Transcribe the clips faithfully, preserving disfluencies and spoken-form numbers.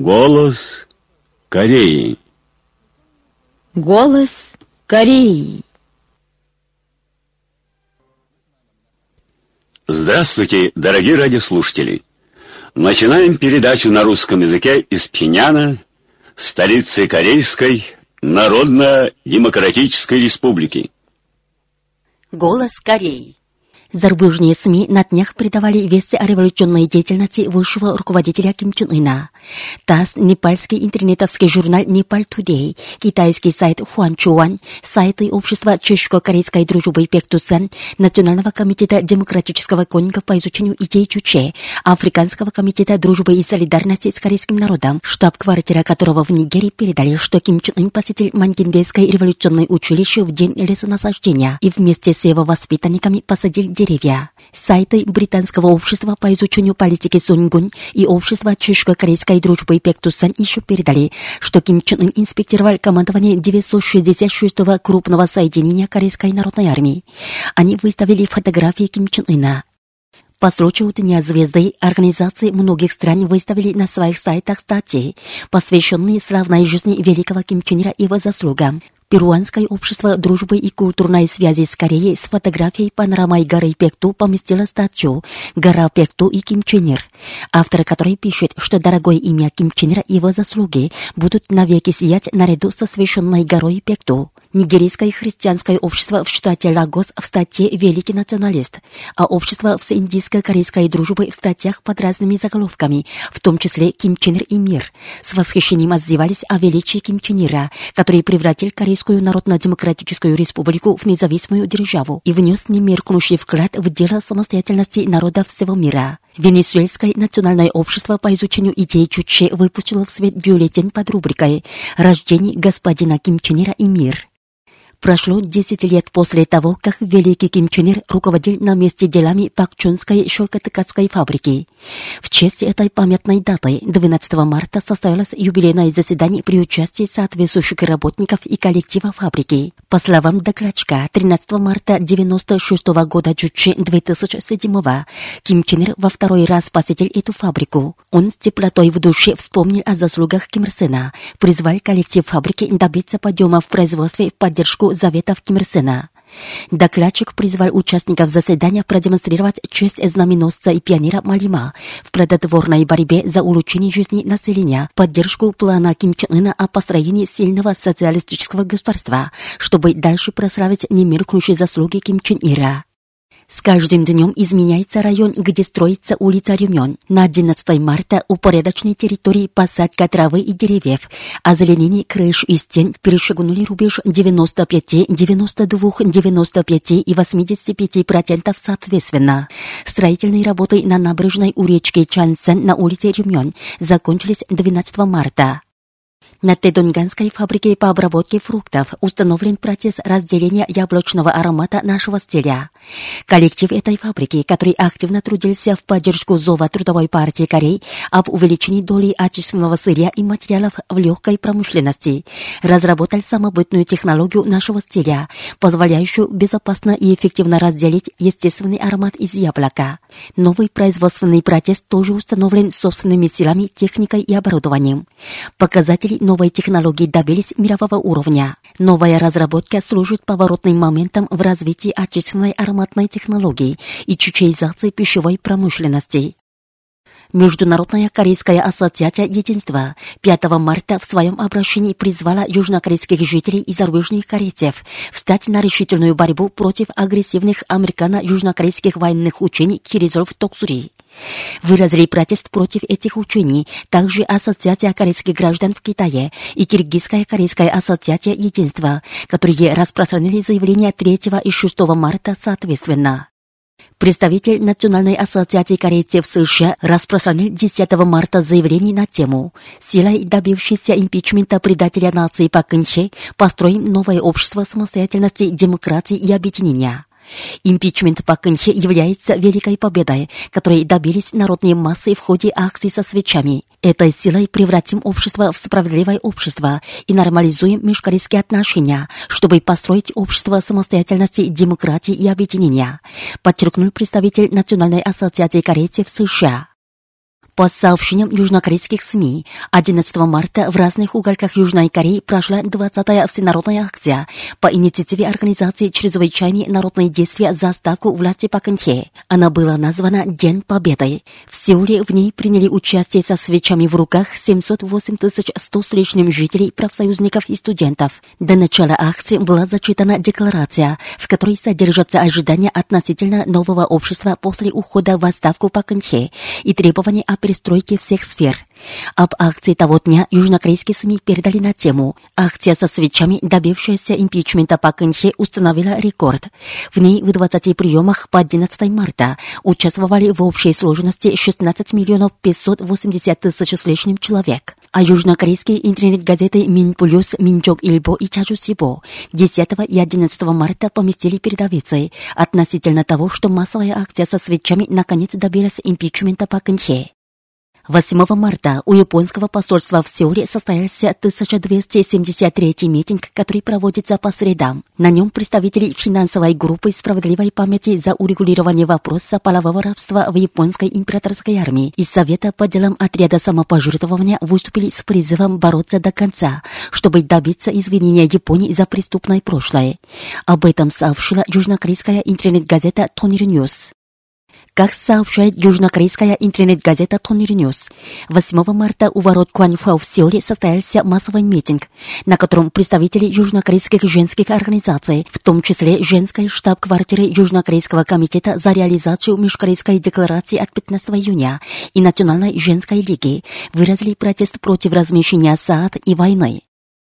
Голос Кореи. Голос Кореи. Здравствуйте, дорогие радиослушатели! Начинаем передачу на русском языке из Пхеньяна, столицы Корейской Народно-Демократической Республики. Голос Кореи. Зарубежные СМИ на днях передавали вести о революционной деятельности высшего руководителя Ким Чен Ына. ТАСС, непальский интернетовский журнал Непал Тудей, китайский сайт Хуанчуан, сайты общества чешско-корейской дружбы Пектусан, Национального комитета демократического конника по изучению идей Чуче, Африканского комитета дружбы и солидарности с корейским народом, штаб-квартира которого в Нигерии передали, что Ким Чен Ын посетил Мангиндейское революционное училище в день лесонасаждения и вместе с его воспитанниками посадил деревья. Сайты британского общества по изучению политики Сунгун и общества чешско-корейской дружбы Пектусан еще передали, что Ким Чен Ын инспектировал командование девятьсот шестьдесят шестого крупного соединения Корейской народной армии. Они выставили фотографии Ким Чен Ына. По случаю Дня звезды организации многих стран выставили на своих сайтах статьи, посвященные славной жизни великого Ким Чен Ира и его заслугам. Перуанское общество дружбы и культурной связи с Кореей с фотографией панорамой горы Пекту поместило статью «Гора Пекту и Ким Чен Ир», автор которой пишет, что дорогое имя Ким Чен Ира и его заслуги будут навеки сиять наряду со священной горой Пекту. Нигерийское христианское общество в штате Лагос в статье «Великий националист», а общество всеиндийско-корейской дружбы в статьях под разными заголовками, в том числе «Ким Чен Ир и мир», с восхищением отзывались о величии Ким Чен Ира, который превратил Корейскую Народно-Демократическую Республику в независимую державу и внес немеркнущий вклад в дело самостоятельности народов всего мира. Венесуэльское национальное общество по изучению идей Чуче выпустило в свет бюллетень под рубрикой «Рождение господина Ким Чен Ира и мир». Прошло десять лет после того, как великий Ким Чен Ир руководил на месте делами Пакчунской шелкоткацкой фабрики. В честь этой памятной даты двенадцатого марта состоялось юбилейное заседание при участии соответствующих работников и коллектива фабрики. По словам докладчика, тринадцатого марта девяносто шестого года Чуче две тысячи седьмого Ким Чен Ир во второй раз посетил эту фабрику. Он с теплотой в душе вспомнил о заслугах Ким Ир Сена, призвал коллектив фабрики добиться подъема в производстве в поддержку заветов Ким Ир Сена. Докладчик призвал участников заседания продемонстрировать честь знаменосца и пионера Малима в плодотворной борьбе за улучшение жизни населения, поддержку плана Ким Чен Ына о построении сильного социалистического государства, чтобы дальше прославить немеркнущие заслуги Ким Чен Ира. С каждым днем изменяется район, где строится улица Рюмён. На одиннадцатого марта упорядоченной территории посадка травы и деревьев, озеленение крыш и стен перешагнули рубеж девяносто пять, девяносто два, девяносто пять и восемьдесят пять процентов соответственно. Строительные работы на набережной у речки Чансен на улице Рюмён закончились двенадцатого марта. На Тэдонганской фабрике по обработке фруктов установлен процесс разделения яблочного аромата нашего стиля. Коллектив этой фабрики, который активно трудился в поддержку зова Трудовой партии Кореи об увеличении доли отечественного сырья и материалов в легкой промышленности, разработал самобытную технологию нашего стиля, позволяющую безопасно и эффективно разделить естественный аромат из яблока. Новый производственный процесс тоже установлен собственными силами, техникой и оборудованием. Показатели новой технологии добились мирового уровня. Новая разработка служит поворотным моментом в развитии отечественной ароматной технологии и чучеизации пищевой промышленности. Международная корейская ассоциация единства пятого марта в своем обращении призвала южнокорейских жителей и зарубежных корейцев встать на решительную борьбу против агрессивных американо-южнокорейских военных учений Киризов Токсури. Выразили протест против этих учений также Ассоциация корейских граждан в Китае и Киргизская корейская ассоциация единства, которые распространили заявления третьего и шестого марта соответственно. Представитель Национальной ассоциации корейцев США распространил десятого марта заявление на тему «Силой добившейся импичмента предателя нации Пак Кын Хе построим новое общество самостоятельности, демократии и объединения». Импичмент Пак Кын Хе является великой победой, которой добились народные массы в ходе акций со свечами. Этой силой превратим общество в справедливое общество и нормализуем межкорейские отношения, чтобы построить общество самостоятельности, демократии и объединения, подчеркнул представитель Национальной ассоциации корейцев США. По сообщениям южнокорейских СМИ, одиннадцатого марта в разных уголках Южной Кореи прошла двадцатая всенародная акция по инициативе организации «Чрезвычайные народные действия за ставку власти Пак Кын Хе». Она была названа «День Победы». В Сеуле в ней приняли участие со свечами в руках семьсот восемь тысяч сто с лишним жителей, профсоюзников и студентов. До начала акции была зачитана декларация, в которой содержатся ожидания относительно нового общества после ухода в отставку Пак Кын Хе и требования о перестройке всех сфер. Об акции того дня южнокорейские СМИ передали на тему «Акция со свечами, добившаяся импичмента Пак Кын Хе, установила рекорд». В ней в двадцати приемах по одиннадцатого марта участвовали в общей сложности шестнадцать миллионов пятьсот восемьдесят тысяч с лишним человек. А южнокорейские интернет-газеты Минплюс, Минчок-Ильбо и Чажусибо десятого и одиннадцатого марта поместили передовицы относительно того, что массовая акция со свечами наконец добилась импичмента Пак Кын Хе. восьмого марта у японского посольства в Сеуле состоялся тысяча двести семьдесят третий митинг, который проводится по средам. На нем представители финансовой группы справедливой памяти за урегулирование вопроса полового рабства в японской императорской армии и Совета по делам отряда самопожертвования выступили с призывом бороться до конца, чтобы добиться извинения Японии за преступное прошлое. Об этом сообщила южнокорейская интернет-газета Тонир Ньюс. Как сообщает южнокорейская интернет-газета Тонир Ньюс, восьмого марта у ворот Куаньфао в Сеуле состоялся массовый митинг, на котором представители южнокорейских женских организаций, в том числе женской штаб-квартиры Южнокорейского комитета за реализацию Межкорейской декларации от пятнадцатого июня и Национальной женской лиги, выразили протест против размещения СААД и войны.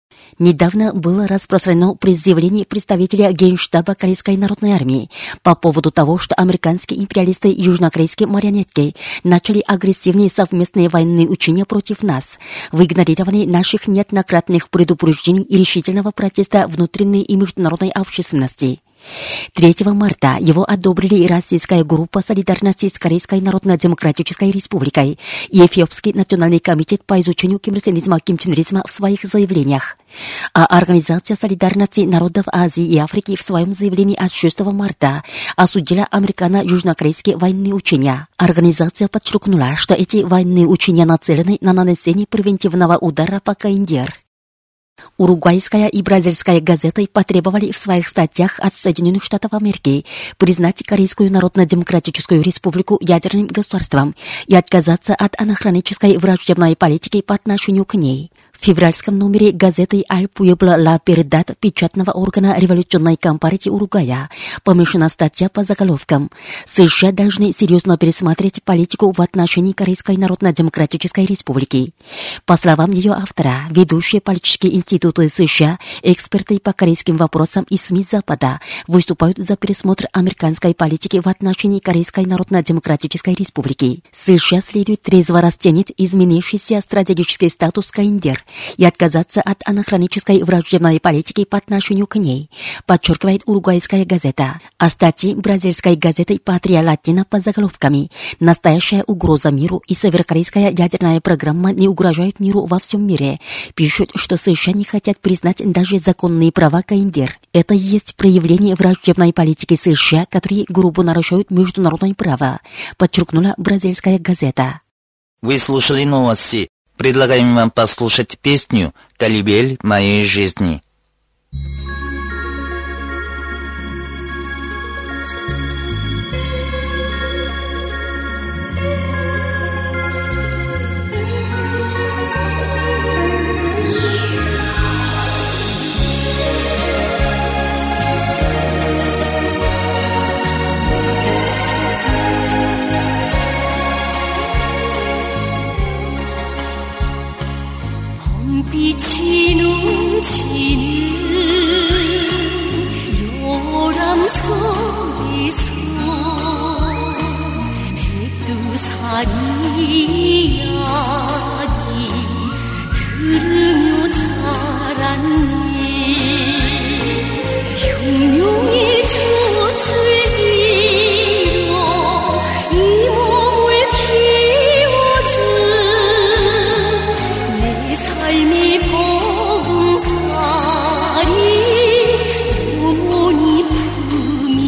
Недавно было распространено призывление представителя Генштаба Корейской народной армии по поводу того, что американские империалисты и южнокорейские марионетки начали агрессивные совместные военные учения против нас в игнорировании наших неоднократных предупреждений и решительного протеста внутренней и международной общественности. третьего марта его одобрили Российская группа солидарности с Корейской Народно-Демократической Республикой и Эфиопский национальный комитет по изучению кимирсенизма и кимченризма в своих заявлениях. А Организация солидарности народов Азии и Африки в своем заявлении от шестого марта осудила американо-южнокорейские военные учения. Организация подчеркнула, что эти военные учения нацелены на нанесение превентивного удара по КНДР. Уругвайская и бразильская газеты потребовали в своих статьях от Соединенных Штатов Америки признать Корейскую Народно-Демократическую Республику ядерным государством и отказаться от анахронической враждебной политики по отношению к ней. В февральском номере газеты «Аль Пуэбло ла Передат» печатного органа революционной компартии Уругвая помещена статья по заголовкам «США должны серьезно пересмотреть политику в отношении Корейской Народно-Демократической Республики». По словам ее автора, ведущие политические институты США, эксперты по корейским вопросам и СМИ Запада выступают за пересмотр американской политики в отношении Корейской Народно-Демократической Республики. США следует трезво расценить изменившийся стратегический статус КНДР и отказаться от анахронической враждебной политики по отношению к ней, подчеркивает уругвайская газета. А статьи бразильской газеты «Патрия Латина» под заголовками «Настоящая угроза миру» и «Северокорейская ядерная программа не угрожает миру во всем мире» пишут, что США не хотят признать даже законные права КНДР. Это и есть проявление враждебной политики США, которые грубо нарушают международное право, подчеркнула бразильская газета. Вы слушали новости. Предлагаем вам послушать песню «Колыбель моей жизни». 빛이 넘치는 요람섬에서 백두산이 이야기 들으며 자랐네. 흉흉이 젖을 이뤄 이 몸을 키워준 내 삶이 보금자리 어머니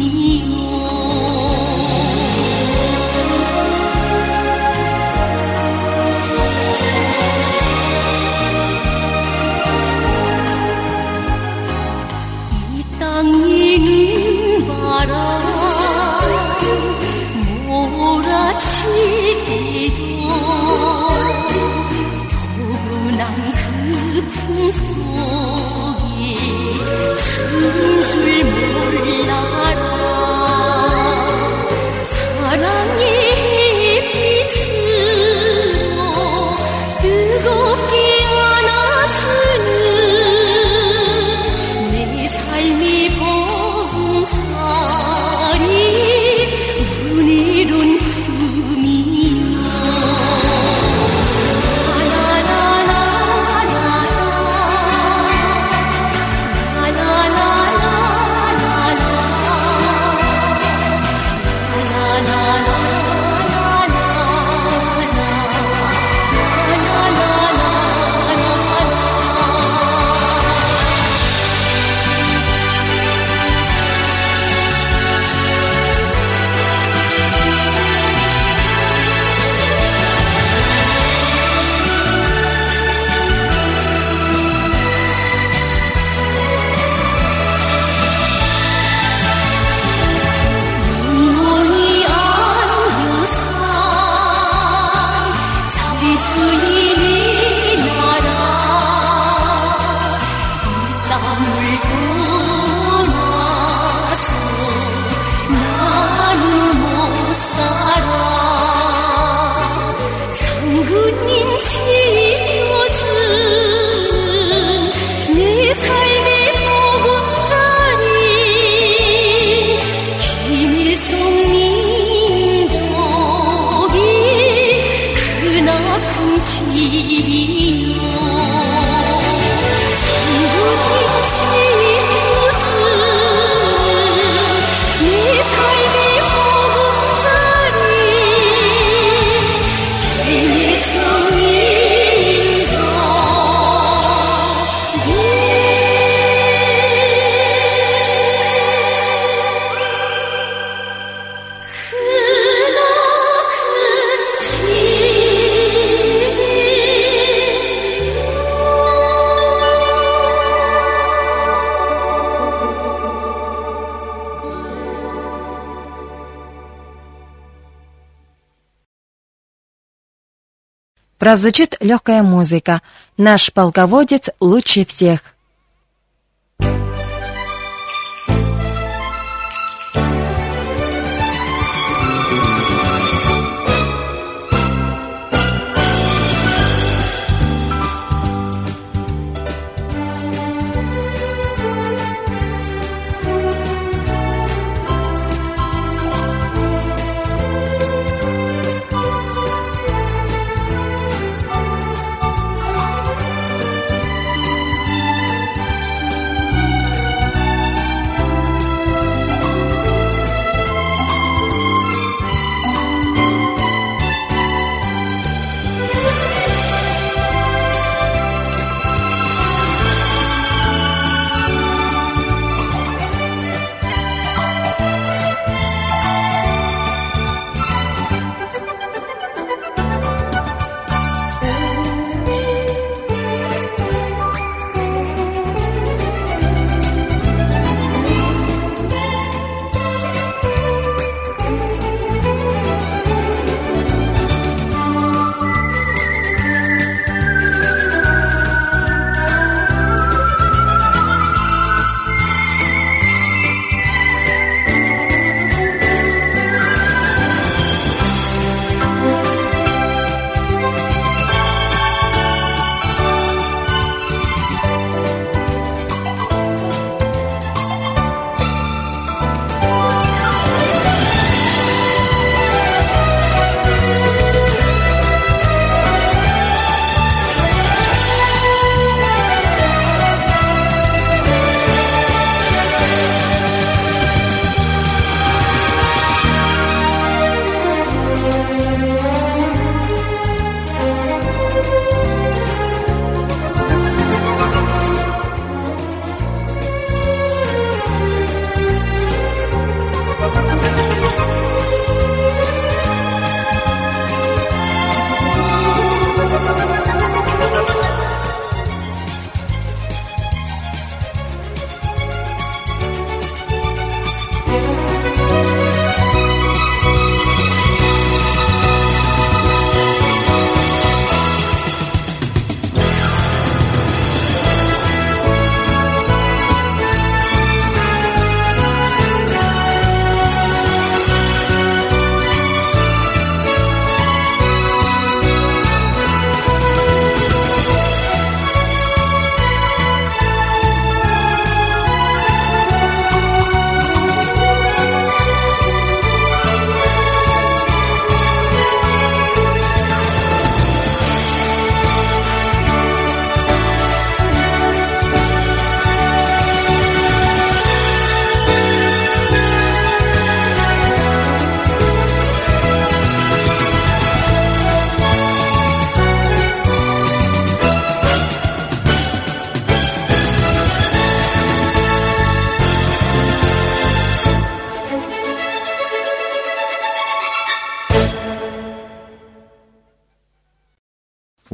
품이요. 추운 줄 몰라라 사랑의 햇빛으로 뜨겁게 안아주는 내 삶이 보금자리 문이룬 품이여 Прозвучит легкая музыка. Наш полководец лучше всех. 내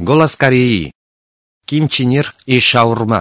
Голос Кореи. Ким Чен Ир и шаурма.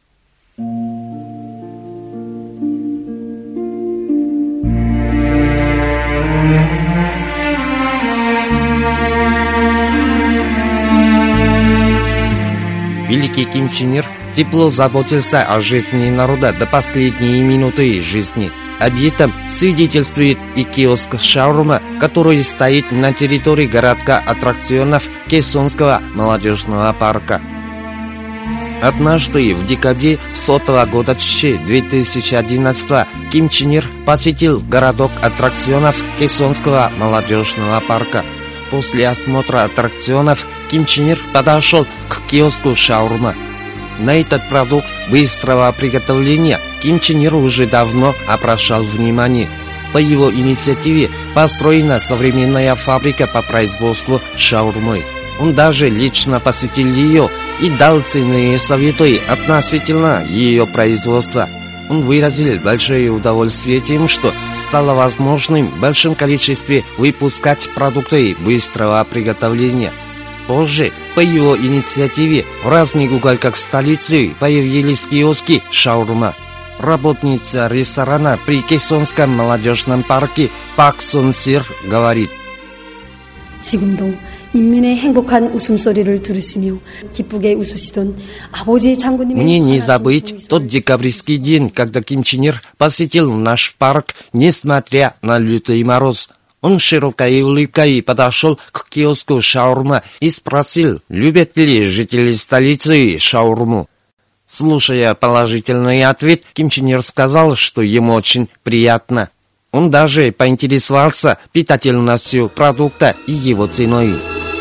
Великий Ким Чен Ир тепло заботился о жизни народа до последней минуты жизни. Об этом свидетельствует и киоск шаурма, который стоит на территории городка аттракционов Кэсонского молодежного парка. Однажды в декабре сотого года две тысячи одиннадцатого Ким Чен Ир посетил городок аттракционов Кэсонского молодежного парка. После осмотра аттракционов Ким Чен Ир подошел к киоску шаурма. На этот продукт быстрого приготовления Ким Чен Ир уже давно обращал внимание. По его инициативе построена современная фабрика по производству шаурмы. Он даже лично посетил ее и дал ценные советы относительно ее производства. Он выразил большое удовольствие тем, что стало возможным в большом количестве выпускать продукты быстрого приготовления. Позже, по его инициативе, в разных уголках столицы появились киоски шаурма. Работница ресторана при Кэсонском молодежном парке Пак Сон Сир говорит: 지금도 인민의 행복한 웃음소리를 들으시며 기쁘게 웃으시던 아버지 장군님의 Мне не забыть тот декабрьский день, когда Ким Чен Ир посетил наш парк, несмотря на лютый мороз. Он широкой улыбкой подошел к киоску шаурма и спросил, любят ли жители столицы шаурму. Слушая положительный ответ, Ким Чен Ир сказал, что ему очень приятно. Он даже поинтересовался питательностью продукта и его ценой.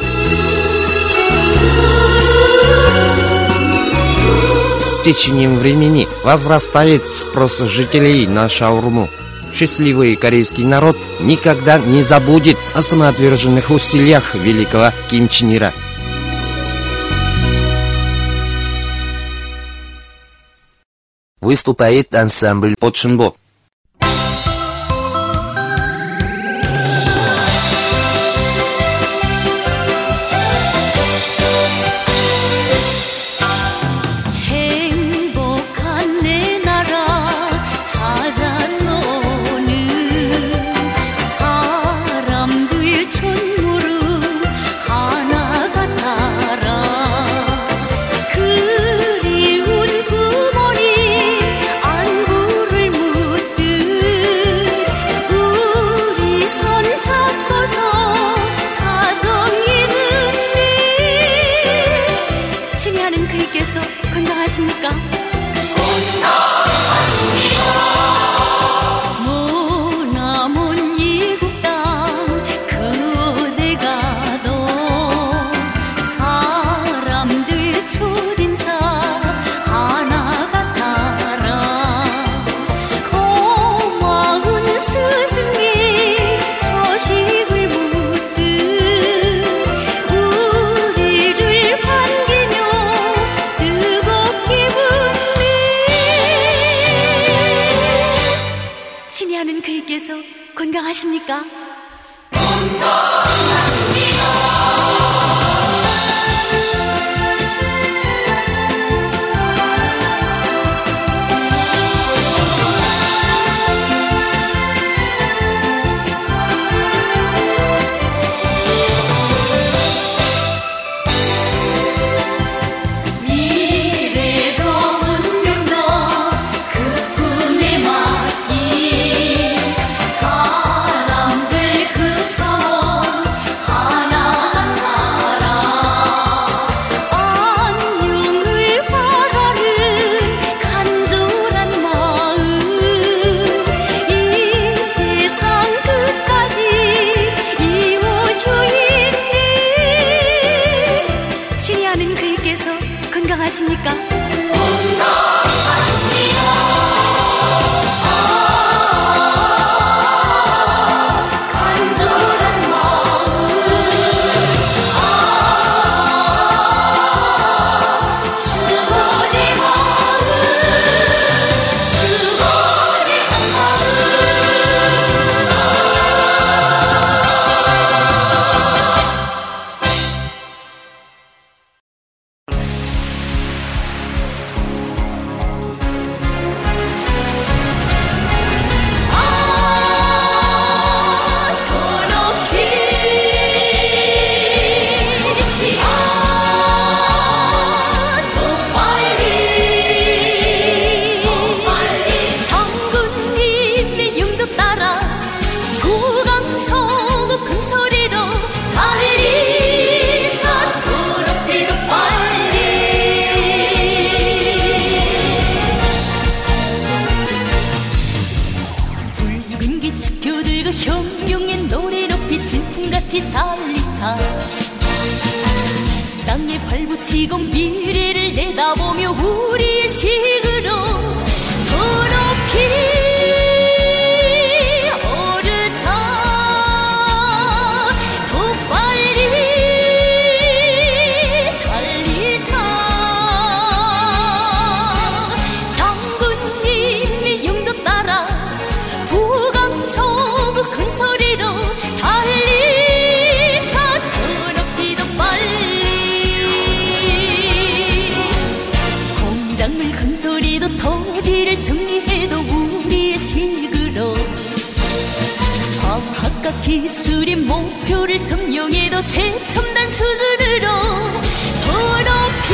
С течением времени возрастает спрос жителей на шаурму. Счастливый корейский народ никогда не забудет о самоотверженных усилиях великого Ким Чен Ира. Выступает ансамбль Подшинбо. 행복한 내 나라 찾아서는 사람들 천무릎 하나 같아라. 그리운 부모님 안부를 묻듯 우리 손 잡고서 다정이는 일 친애하는 그이께서 건강하십니까? 머나먼 이국 땅 그 어디 가도 사람들 첫인사 하나 같아라. 고마운 스승님 소식을 묻듯 우리를 반기며 뜨겁게 묻네. 친애하는 그이께서 건강하십니까? 미래도 운명도 그 품에 맡긴 사람들 그 서로 하나 높이 달리자 땅에 발붙이고 미래를 내다보며 우리의 식으로 더 높이 토지를 정리해도 우리의 식으로 과학과 기술의 목표를 점령해도 최첨단 수준으로 더 높이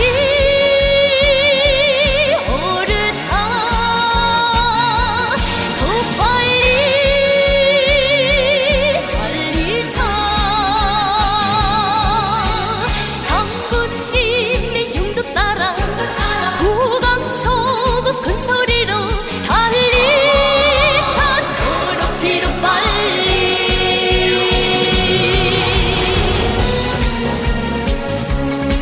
오르자 더 빨리 달리자 장군님의 용도 따라 구강초 큰 소리로 달리자 더 높이 더 빨리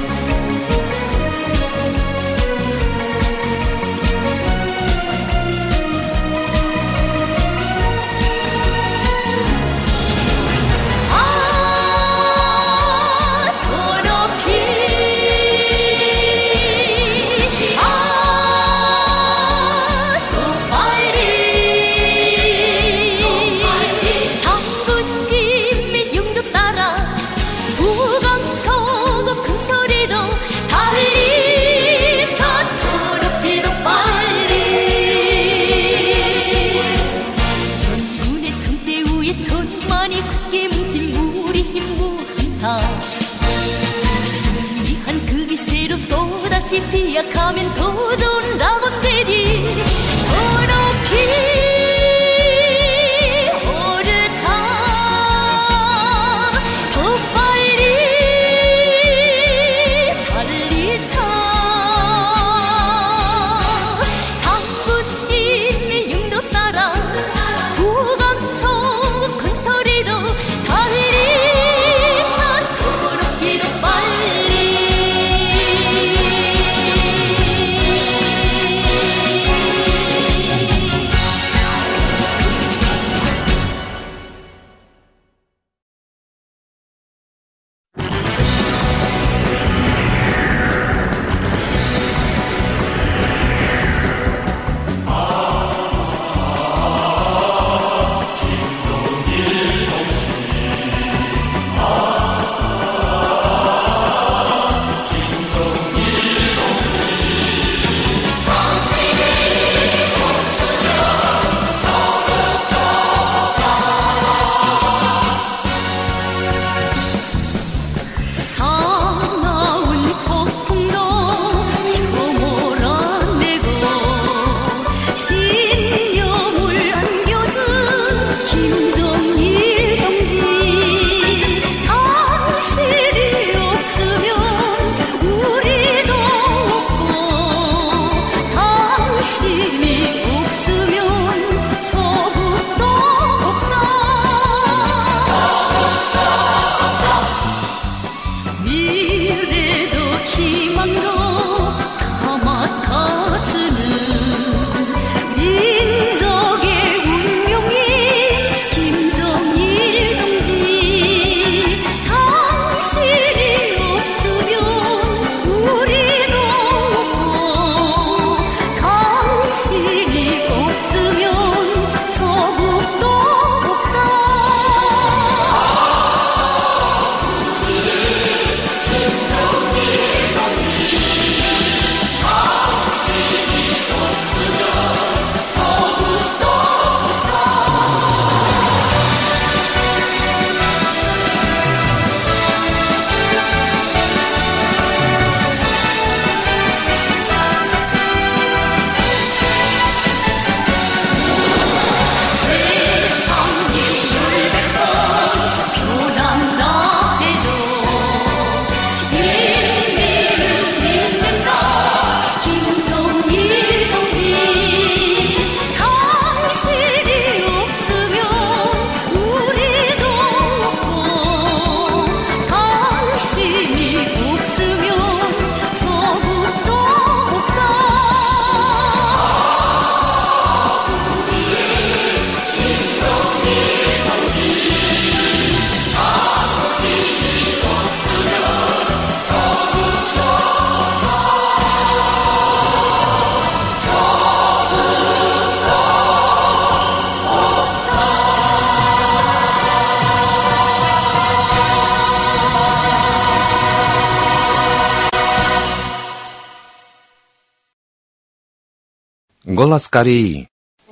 Голос Кореи.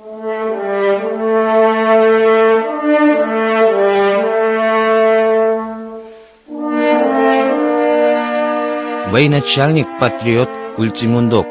Военачальник-патриот Ультимундок.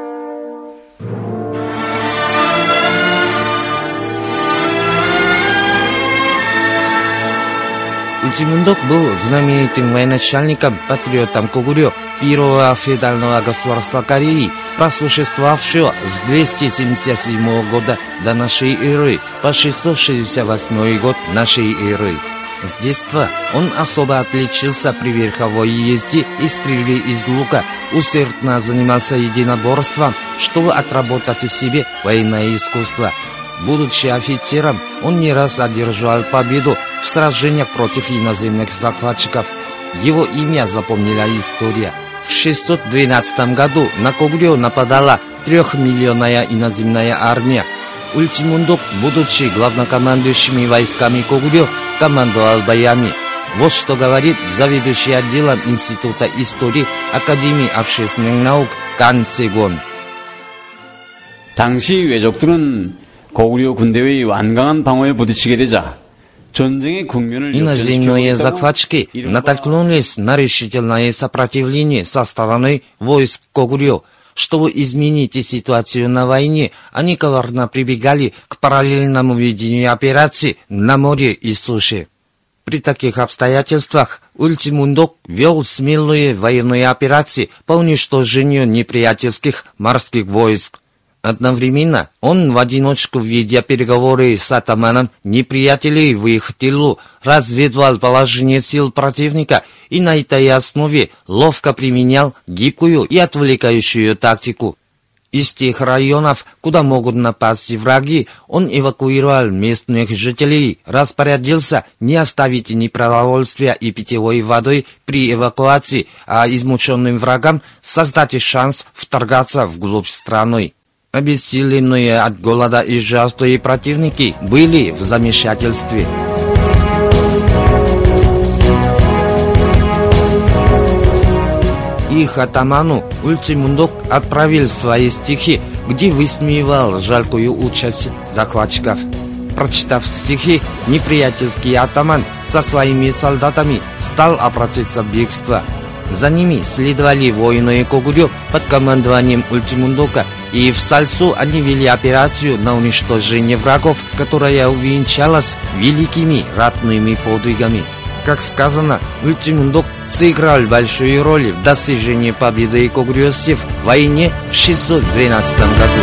Ультимундок был знаменитым военачальником, патриотом Когурё, первого феодального государства Кореи, просуществовавшего с двести семьдесят седьмого года до нашей эры по шестьсот шестьдесят восьмой год нашей эры. С детства он особо отличился при верховой езде и стрельбе из лука, усердно занимался единоборством, чтобы отработать в себе военное искусство. Будучи офицером, он не раз одерживал победу в сражениях против иноземных захватчиков. Его имя запомнила история. В шестьсот двенадцатом году на Когурё нападала трехмиллионная иноземная армия. Ультимундок, будучи главнокомандующими войсками Когурё, командовал боями. Вот что говорит заведующий отделом Института истории Академии общественных наук Кан Сегон. 당시 외적들은 고구려 군대의 완강한 방어에 부딪히게 되자 전쟁의 국면을 Иноземные захватчики натолкнулись на решительное сопротивление со стороны войск Когурё. Чтобы изменить ситуацию на войне, они коварно прибегали к параллельному ведению операций на море и суше. При таких обстоятельствах Ультимундок вел смелые военные операции по уничтожению неприятельских морских войск. Одновременно он в одиночку, ведя переговоры с атаманом неприятелей в их тылу, разведывал положение сил противника и на этой основе ловко применял гибкую и отвлекающую тактику. Из тех районов, куда могут напасть враги, он эвакуировал местных жителей, распорядился не оставить ни продовольствия и питьевой водой при эвакуации, а измученным врагам создать шанс вторгаться вглубь страны. Обессиленные от голода и жажды противники были в замешательстве. Их атаману Ультимундок отправил свои стихи, где высмеивал жалкую участь захватчиков. Прочитав стихи, неприятельский атаман со своими солдатами стал обратиться в бегство. За ними следовали воины Когурё под командованием Ультимундока, и в Сальсу они вели операцию на уничтожение врагов, которая увенчалась великими ратными подвигами. Как сказано, Ультимундок сыграл большую роль в достижении победы когурёсцев в войне в шестьсот двенадцатом году.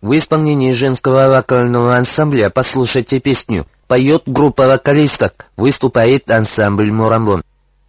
В исполнении женского вокального ансамбля «Послушайте песню» поет группа вокалисток, выступает ансамбль «Морамбон».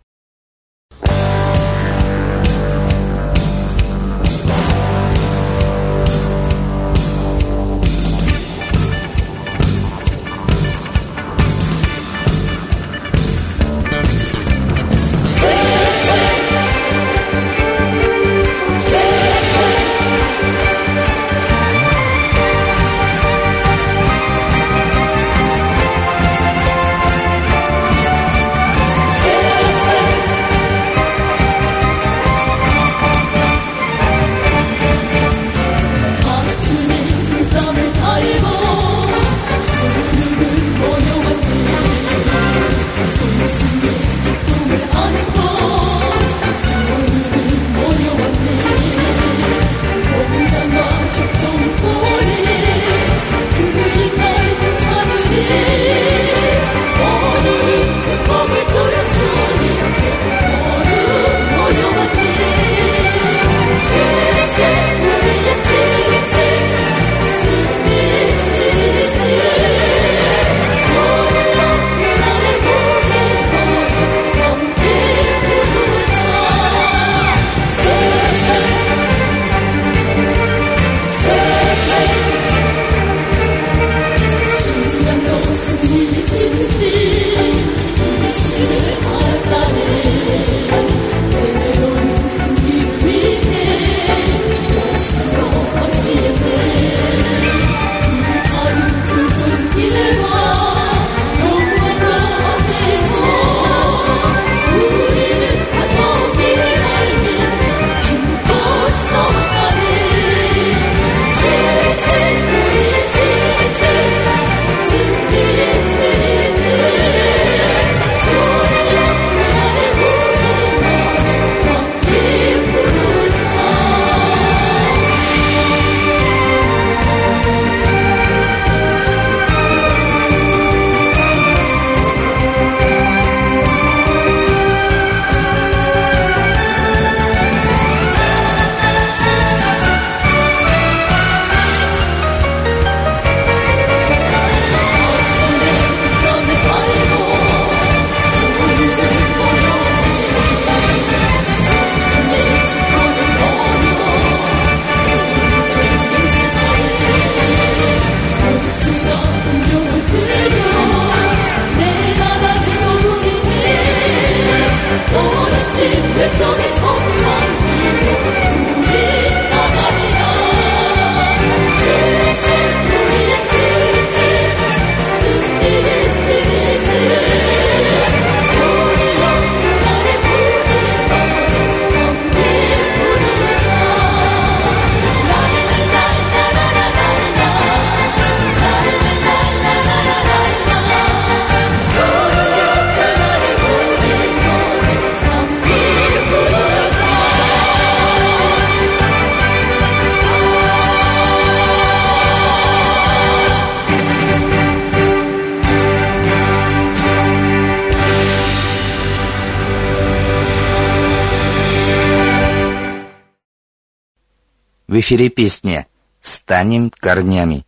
В эфире песня «Станем корнями».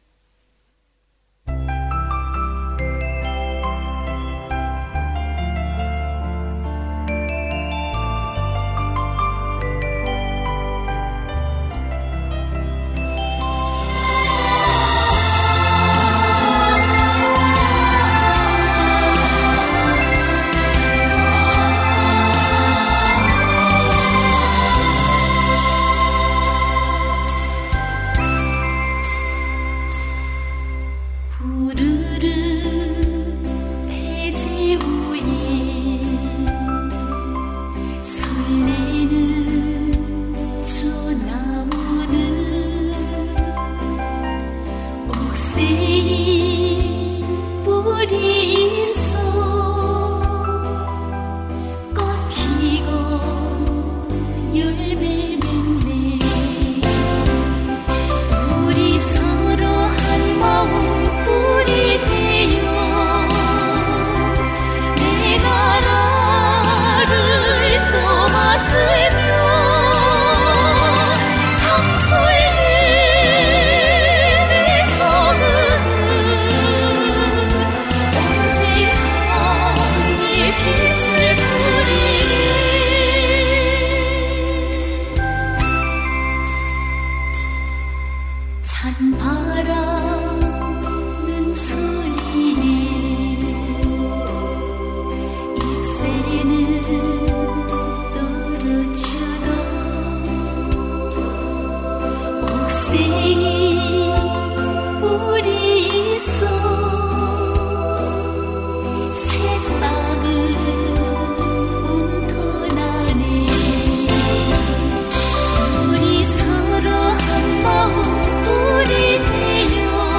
찬바람은 소리니 잎새는 떨어져도 옥새이 뿌리 있어 새싹은 온ton하네 우리 서로 한 마음 우리 되어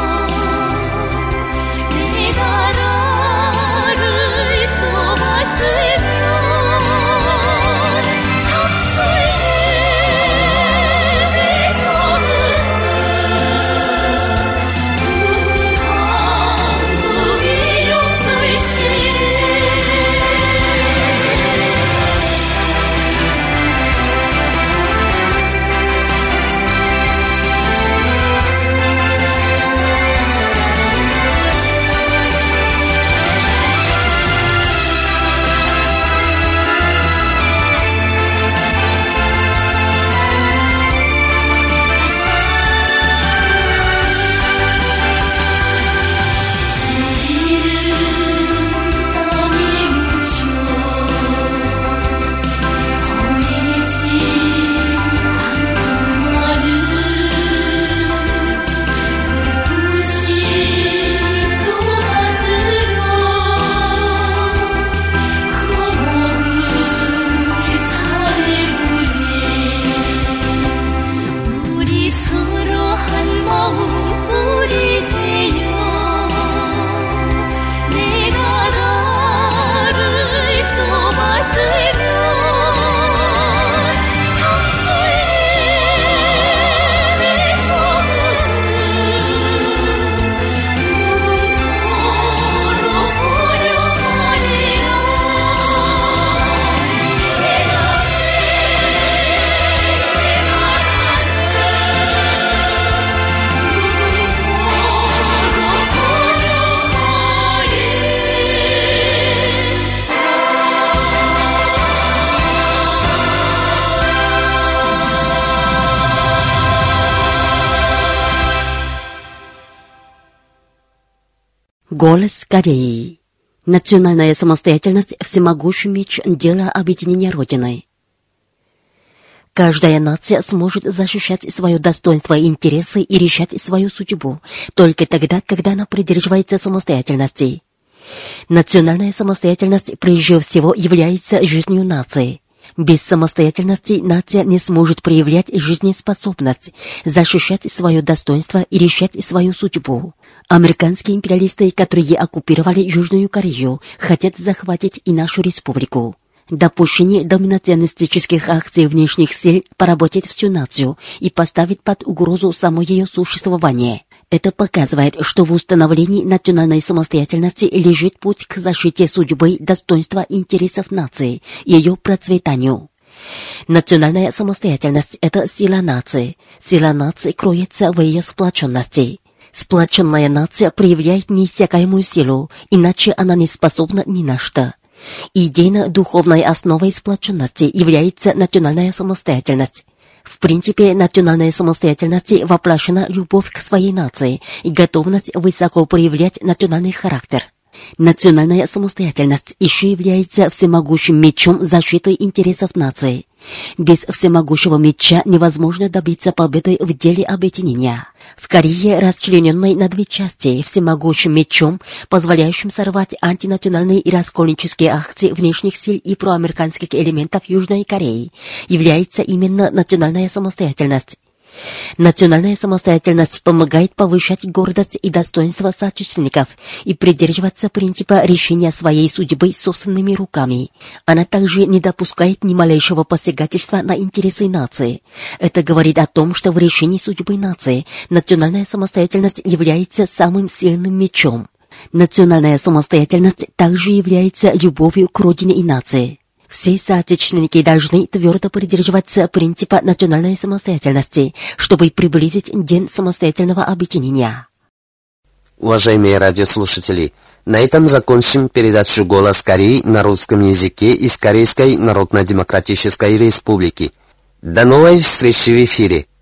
내 나라를 또 맡으며 삼천리 내 정을 강국이 용떨지네 땅이 묻혀 보이지 않던 나를 그것이 또 만들어 거목을 차례구리 우리 서로 한 마음 우리 되어 내 나라를 또 맡으며 삼천리 내 정을 눈으로 보려하리라 Голос Кореи. Национальная самостоятельность – всемогущий меч дела объединения Родины. Каждая нация сможет защищать свое достоинство и интересы и решать свою судьбу только тогда, когда она придерживается самостоятельности. Национальная самостоятельность прежде всего является жизнью нации. Без самостоятельности нация не сможет проявлять жизнеспособность, защищать свое достоинство и решать свою судьбу. Американские империалисты, которые оккупировали Южную Корею, хотят захватить и нашу республику. Допущение доминационистических акций внешних сил поработит всю нацию и поставит под угрозу само ее существование. Это показывает, что в установлении национальной самостоятельности лежит путь к защите судьбы, достоинства и интересов нации, ее процветанию. Национальная самостоятельность – это сила нации. Сила нации кроется в ее сплоченности. Сплоченная нация проявляет неиссякаемую силу, иначе она не способна ни на что. Идейно-духовной основой сплоченности является национальная самостоятельность. В принципе, национальной самостоятельности воплощена любовь к своей нации и готовность высоко проявлять национальный характер. Национальная самостоятельность еще является всемогущим мечом защиты интересов нации. Без всемогущего меча невозможно добиться победы в деле объединения. В Корее, расчлененной на две части, всемогущим мечом, позволяющим сорвать антинациональные и раскольнические акции внешних сил и проамериканских элементов Южной Кореи, является именно национальная самостоятельность. Национальная самостоятельность помогает повышать гордость и достоинство соотечественников и придерживаться принципа решения своей судьбы собственными руками. Она также не допускает ни малейшего посягательства на интересы нации. Это говорит о том, что в решении судьбы нации национальная самостоятельность является самым сильным мечом. Национальная самостоятельность также является любовью к родине и нации. Все соотечественники должны твердо придерживаться принципа национальной самостоятельности, чтобы приблизить день самостоятельного объединения. Уважаемые радиослушатели, на этом закончим передачу «Голос Кореи» на русском языке из Корейской Народно-Демократической Республики. До новой встречи в эфире!